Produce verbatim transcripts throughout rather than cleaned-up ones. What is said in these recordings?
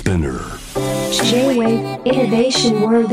Spinner J-Wave Innovation World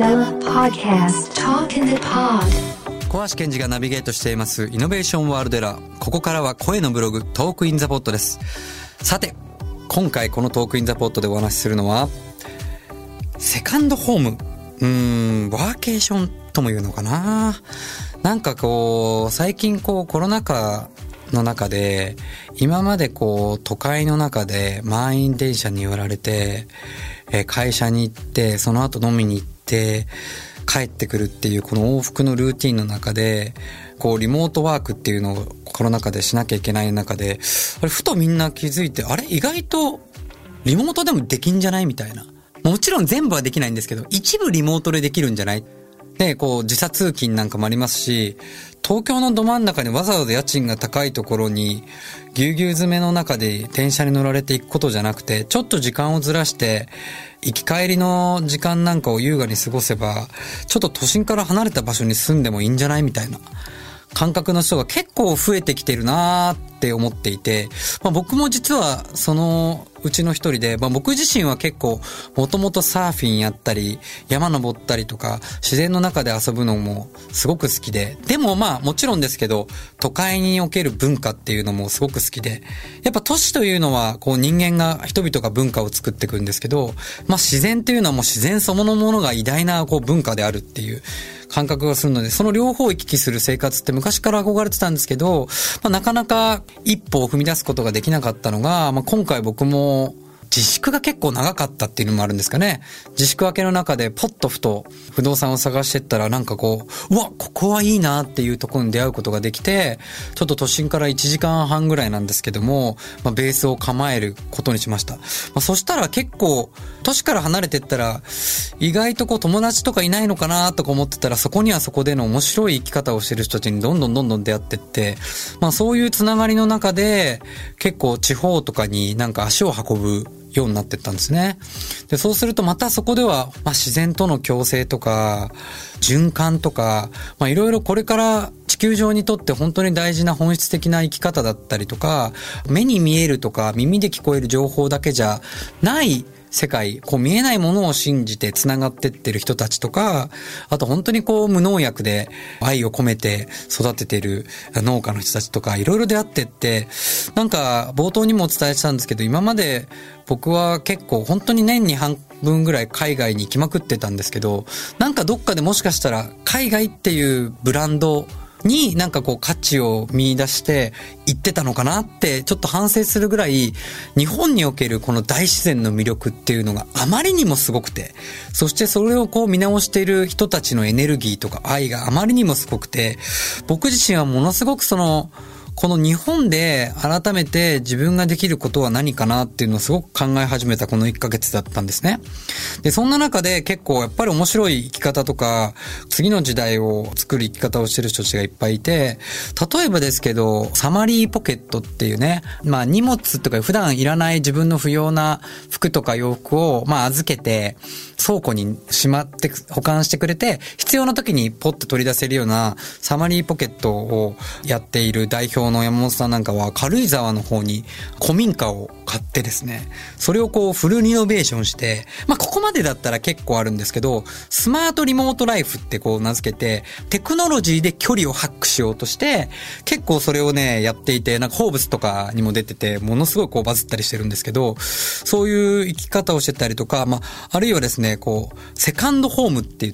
Podcast Talk in the Pod。 小橋健二がナビゲートしていますイノベーションワールドエラー。ここからは声のブログトークインザポットです。さて今回このトークインザポットでお話しするのはセカンドホーム、うーんワーケーションとも言うのかな。なんかこう最近こうコロナ禍の中で今までこう都会の中で満員電車に揺られて、えー、会社に行ってその後飲みに行って帰ってくるっていうこの往復のルーティンの中でこうリモートワークっていうのをコロナ禍でしなきゃいけない中であれふとみんな気づいてあれ意外とリモートでもできんじゃないみたいな。もちろん全部はできないんですけど一部リモートでできるんじゃないで、こう時差通勤なんかもありますし、東京のど真ん中にわざわざ家賃が高いところにぎゅうぎゅう詰めの中で電車に乗られていくことじゃなくて、ちょっと時間をずらして行き帰りの時間なんかを優雅に過ごせば、ちょっと都心から離れた場所に住んでもいいんじゃないみたいな感覚の人が結構増えてきてるなーって思っていて、まあ、僕も実はそのうちの一人で、まあ、僕自身は結構もともとサーフィンやったり山登ったりとか自然の中で遊ぶのもすごく好きで、でもまあもちろんですけど都会における文化っていうのもすごく好きで、やっぱ都市というのはこう人間が人々が文化を作っていくんですけど、まあ自然っていうのはもう自然そのものが偉大なこう文化であるっていう感覚がするので、その両方を行き来する生活って昔から憧れてたんですけど、まあ、なかなか一歩を踏み出すことができなかったのが、まあ、今回僕も自粛が結構長かったっていうのもあるんですかね。自粛明けの中でポッとふと不動産を探してったらなんかこう、うわ、ここはいいなっていうところに出会うことができて、ちょっと都心からいちじかんはんぐらいなんですけども、まあ、ベースを構えることにしました。まあ、そしたら結構都市から離れてったら意外とこう友達とかいないのかなとか思ってたら、そこにはそこでの面白い生き方をしてる人たちにどんどんどんどん出会ってって、まあそういうつながりの中で結構地方とかになんか足を運ぶようになってったんですね。で、そうするとまたそこでは、まあ、自然との共生とか循環とか、まあいろいろこれから地球上にとって本当に大事な本質的な生き方だったりとか、目に見えるとか耳で聞こえる情報だけじゃない世界、こう見えないものを信じて繋がってってる人たちとか、あと本当にこう無農薬で愛を込めて育ててる農家の人たちとかいろいろ出会ってって、なんか冒頭にもお伝えしたんですけど、今まで僕は結構本当に年に半分ぐらい海外に行きまくってたんですけど、なんかどっかでもしかしたら海外っていうブランドになんかこう価値を見出して言ってたのかなってちょっと反省するぐらい、日本におけるこの大自然の魅力っていうのがあまりにもすごくて、そしてそれをこう見直している人たちのエネルギーとか愛があまりにもすごくて、僕自身はものすごくそのこの日本で改めて自分ができることは何かなっていうのをすごく考え始めたこのいっかげつだったんですね。で、そんな中で結構やっぱり面白い生き方とか次の時代を作る生き方をしてる人たちがいっぱいいて、例えばですけどサマリーポケットっていうね、まあ荷物とか普段いらない自分の不要な服とか洋服をまあ預けて倉庫にしまって保管してくれて、必要な時にポッと取り出せるようなサマリーポケットをやっている代表の山本さんなんかは軽井沢の方に古民家を買ってですね、それをこうフルリノベーションして、まあここまでだったら結構あるんですけど、スマートリモートライフってこう名付けてテクノロジーで距離をハックしようとして結構それをねやっていて、なんかフォーブスとかにも出ててものすごいこうバズったりしてるんですけど、そういう生き方をしてたりとか、まああるいはですねこうセカンドホームって言って、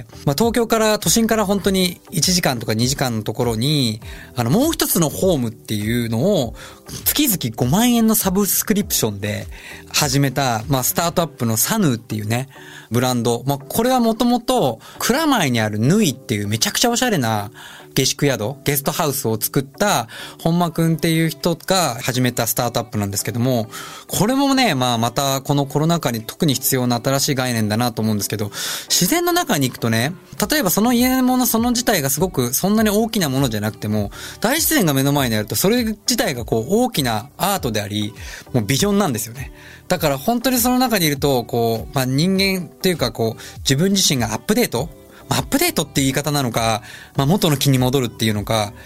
まあ東京から都心から本当にいちじかんとかにじかんのところにあのもう一つのホームっていうのを月々ごまんえんのサブスクリプションで始めた、まあスタートアップのサヌーっていうねブランド、まあこれはもともと蔵前にあるヌイっていうめちゃくちゃおしゃれな下宿宿、ゲストハウスを作った本間くんっていう人が始めたスタートアップなんですけども、これもね、まあまたこのコロナ禍に特に必要な新しい概念だなと思うんですけど、自然の中に行くとね、例えばその家のものその自体がすごくそんなに大きなものじゃなくても、大自然が目の前にあるとそれ自体がこう大きなアートであり、もうビジョンなんですよね。だから本当にその中にいると、こう、まあ人間っていうかこう、自分自身がアップデートアップデートって言い方なのか、まあ元の気に戻るっていうのか、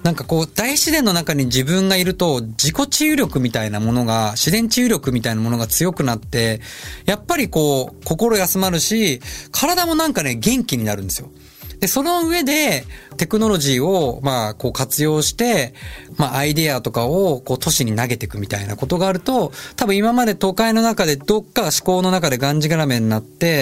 なんかこう、大自然の中に自分がいると、自己治癒力みたいなものが、自然治癒力みたいなものが強くなって、やっぱりこう、心休まるし、体もなんかね、元気になるんですよ。で、その上で、テクノロジーを、まあ、こう活用して、まあ、アイデアとかを、こう、都市に投げていくみたいなことがあると、多分今まで都会の中で、どっか思考の中でがんじがらめになって、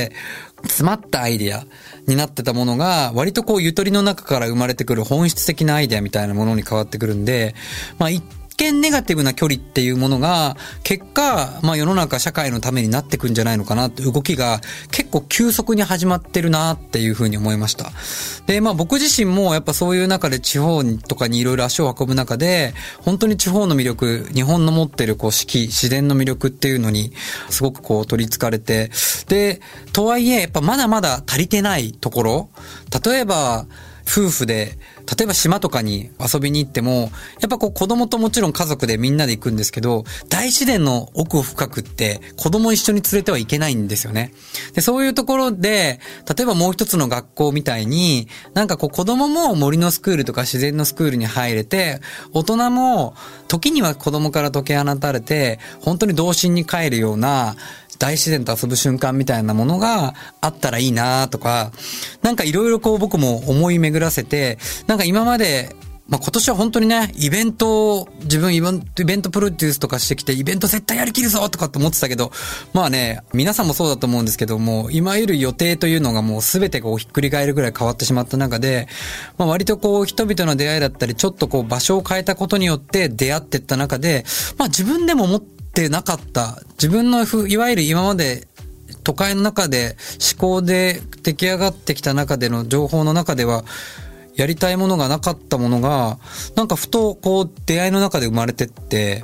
詰まったアイデアになってたものが、割とこう、ゆとりの中から生まれてくる本質的なアイデアみたいなものに変わってくるんで、まあ、一見ネガティブな距離っていうものが、結果、まあ世の中社会のためになってくんじゃないのかなって動きが結構急速に始まってるなっていうふうに思いました。で、まあ僕自身もやっぱそういう中で地方とかにいろいろ足を運ぶ中で、本当に地方の魅力、日本の持ってるこう四季、自然の魅力っていうのにすごくこう取り憑かれて、で、とはいえやっぱまだまだ足りてないところ、例えば、夫婦で、例えば島とかに遊びに行っても、やっぱこう子供ともちろん家族でみんなで行くんですけど、大自然の奥深くって子供一緒に連れてはいけないんですよね。で、そういうところで、例えばもう一つの学校みたいに、なんかこう子供も森のスクールとか自然のスクールに入れて、大人も時には子供から解き放たれて、本当に童心に帰るような、大自然と遊ぶ瞬間みたいなものがあったらいいなとか、なんかいろいろこう僕も思い巡らせて、なんか今まで、まあ、今年は本当にね、イベントを、自分イベント、イベントプロデュースとかしてきて、イベント絶対やりきるぞとかって思ってたけど、まあね、皆さんもそうだと思うんですけども、今いる予定というのがもう全てこうひっくり返るぐらい変わってしまった中で、まあ割とこう人々の出会いだったり、ちょっとこう場所を変えたことによって出会っていった中で、まあ自分でも思ってなかった、自分のいわゆる今まで都会の中で思考で出来上がってきた中での情報の中では、やりたいものがなかったものが、なんかふとこう出会いの中で生まれてって、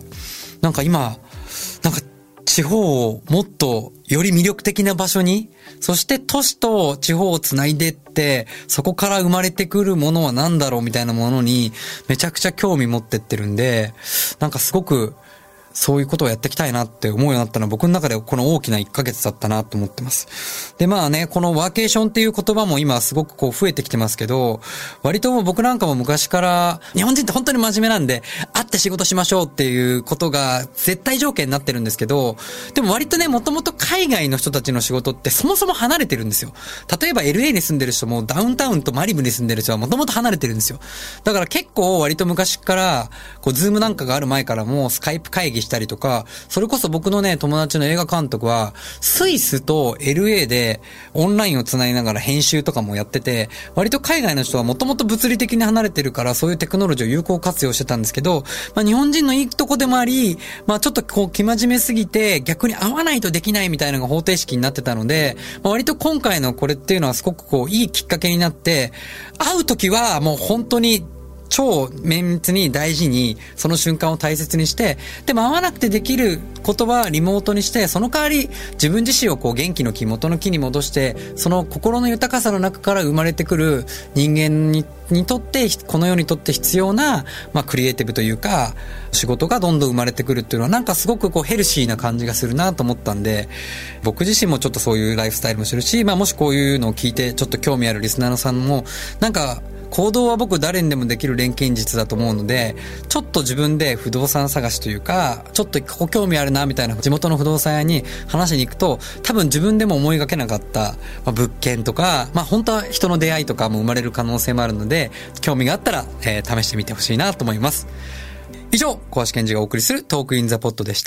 なんか今、なんか地方をもっとより魅力的な場所に、そして都市と地方をつないでって、そこから生まれてくるものは何だろうみたいなものにめちゃくちゃ興味持ってってるんで、なんかすごくそういうことをやっていきたいなって思うようになったのは僕の中でこの大きないっかげつだったなと思ってます。で、まあね、このワーケーションっていう言葉も今すごくこう増えてきてますけど、割と僕なんかも昔から日本人って本当に真面目なんで、会って仕事しましょうっていうことが絶対条件になってるんですけど、でも割とね、もともと海外の人たちの仕事ってそもそも離れてるんですよ。例えば エルエー に住んでる人もダウンタウンとマリブに住んでる人はもともと離れてるんですよ。だから結構割と昔から、こうズームなんかがある前からもスカイプ会議したりとか、それこそ僕のね、友達の映画監督は、スイスと エルエー でオンラインをつないながら編集とかもやってて、割と海外の人はもともと物理的に離れてるから、そういうテクノロジーを有効活用してたんですけど、まあ日本人のいいとこでもあり、まあちょっとこう、生真面目すぎて、逆に合わないとできないみたいなのが方程式になってたので、まあ、割と今回のこれっていうのはすごくこう、いいきっかけになって、会うときはもう本当に、超綿密に大事にその瞬間を大切にして、でも会わなくてできることはリモートにして、その代わり自分自身をこう元気の木、元の木に戻して、その心の豊かさの中から生まれてくる人間ににとって、この世にとって必要な、まあクリエイティブというか仕事がどんどん生まれてくるっていうのはなんかすごくこうヘルシーな感じがするなと思ったんで、僕自身もちょっとそういうライフスタイルもするし、まあもしこういうのを聞いてちょっと興味あるリスナーさんもなんか行動は僕誰にでもできる錬金術だと思うので、ちょっと自分で不動産探しというか、ちょっとここ興味あるなみたいな地元の不動産屋に話しに行くと、多分自分でも思いがけなかった、まあ、物件とか、まあ本当は人の出会いとかも生まれる可能性もあるので、興味があったら、えー、試してみてほしいなと思います。以上、小橋健二がお送りするトークインザポットでした。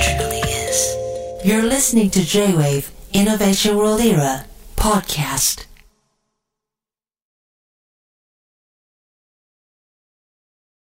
You're listening to J-Wave Innovation World Era podcast.